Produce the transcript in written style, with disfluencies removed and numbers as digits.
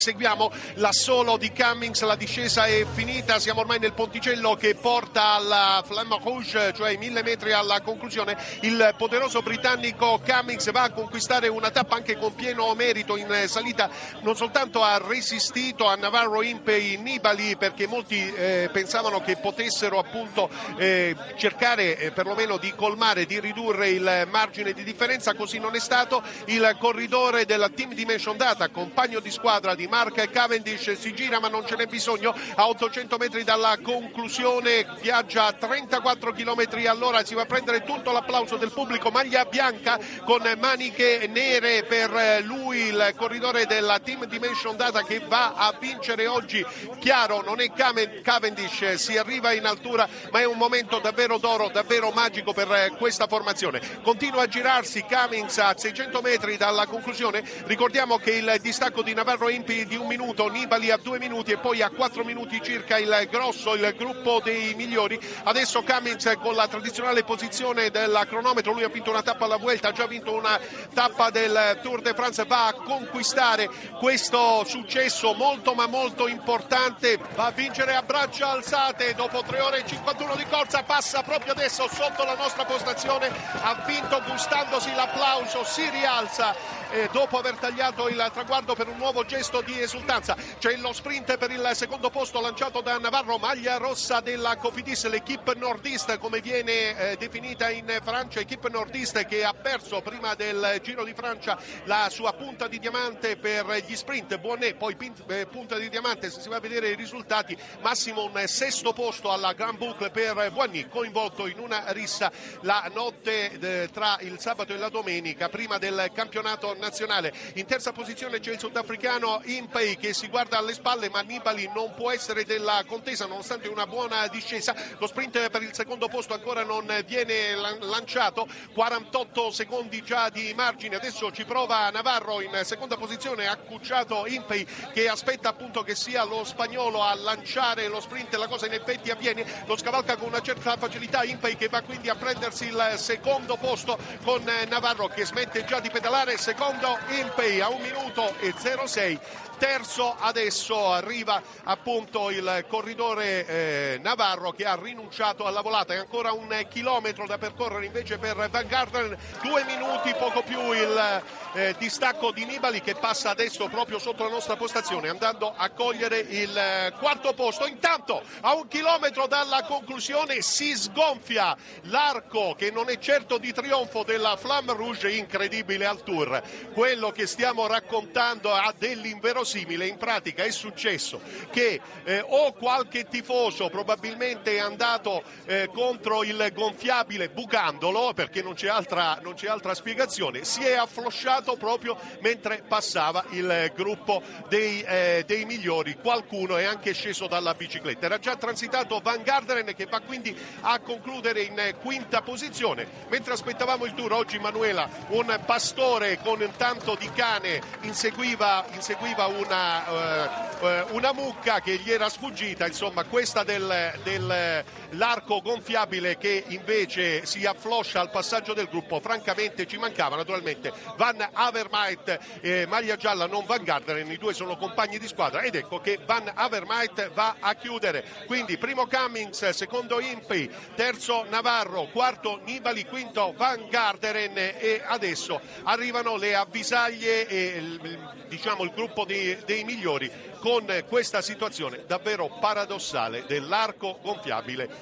Seguiamo l'assolo di Cummings, la discesa è finita, siamo ormai nel ponticello che porta alla Flamme Rouge, cioè i 1000 metri alla conclusione. Il poderoso britannico Cummings va a conquistare una tappa anche con pieno merito in salita, non soltanto ha resistito a Navarro, Impey, Nibali, perché molti pensavano che potessero appunto cercare perlomeno di colmare, di ridurre il margine di differenza, così non è stato. Il corridore della Team Dimension Data, compagno di squadra di Mark Cavendish, si gira ma non ce n'è bisogno, a 800 metri dalla conclusione viaggia a 34 km all'ora, si va a prendere tutto l'applauso del pubblico, maglia bianca con maniche nere per lui, il corridore della Team Dimension Data che va a vincere oggi. Chiaro, non è Cavendish, si arriva in altura, ma è un momento davvero d'oro, davvero magico per questa formazione. Continua a girarsi Cummings a 600 metri dalla conclusione, ricordiamo che il distacco di Navarro Impey di 1 minuto, Nibali a 2 minuti e poi a 4 minuti circa il grosso, il gruppo dei migliori. Adesso Cummings con la tradizionale posizione del cronometro, lui ha vinto una tappa alla Vuelta, ha già vinto una tappa del Tour de France, va a conquistare questo successo molto ma molto importante, va a vincere a braccia alzate dopo 3 ore e 51 di corsa, passa proprio adesso sotto la nostra postazione, ha vinto gustandosi l'applauso, si rialza dopo aver tagliato il traguardo per un nuovo gesto di esultanza. C'è lo sprint per il secondo posto lanciato da Navarro, maglia rossa della Cofidis, l'Equipe Nordiste come viene definita in Francia, Equipe Nordiste che ha perso prima del Giro di Francia la sua punta di diamante per gli sprint, Bonnet poi punta di diamante, se si va a vedere i risultati, massimo un sesto posto alla Grand Boucle per Boigny, coinvolto in una rissa la notte tra il sabato e la domenica prima del campionato nazionale. In terza posizione c'è il sudafricano Impey che si guarda alle spalle, ma Nibali non può essere della contesa nonostante una buona discesa. Lo sprint per il secondo posto ancora non viene lanciato, 48 secondi già di margine. Adesso ci prova Navarro in seconda posizione, accucciato Impey che aspetta appunto che sia lo spagnolo a lanciare lo sprint, la cosa in effetti avviene, lo scavalca con una certa facilità Impey che va quindi a prendersi il secondo posto con Navarro che smette già di pedalare. Secondo Impey a 1 minuto e 06. Terzo adesso arriva appunto il corridore Navarro che ha rinunciato alla volata, è ancora 1 chilometro da percorrere invece per Van Garderen, 2 minuti poco più il distacco di Nibali che passa adesso proprio sotto la nostra postazione andando a cogliere il quarto posto. Intanto a 1 chilometro dalla conclusione si sgonfia l'arco che non è certo di trionfo della Flamme Rouge, incredibile al Tour, quello che stiamo raccontando ha dell'inverosimile. In pratica è successo che o qualche tifoso probabilmente è andato contro il gonfiabile bucandolo, perché non c'è altra spiegazione, si è afflosciato proprio mentre passava il gruppo dei migliori, qualcuno è anche sceso dalla bicicletta. Era già transitato Van Garderen che va quindi a concludere in quinta posizione. Mentre aspettavamo il Tour oggi, Manuela, un pastore con un tanto di cane inseguiva una mucca che gli era sfuggita, insomma questa dell'arco gonfiabile che invece si affloscia al passaggio del gruppo, francamente ci mancava. Naturalmente Van Avermaet, maglia gialla, non Van Garderen, i due sono compagni di squadra ed ecco che Van Avermaet va a chiudere, quindi primo Cummings, secondo Impey, terzo Navarro, quarto Nibali, quinto Van Garderen e adesso arrivano le avvisaglie e diciamo il gruppo dei migliori con questa situazione davvero paradossale dell'arco gonfiabile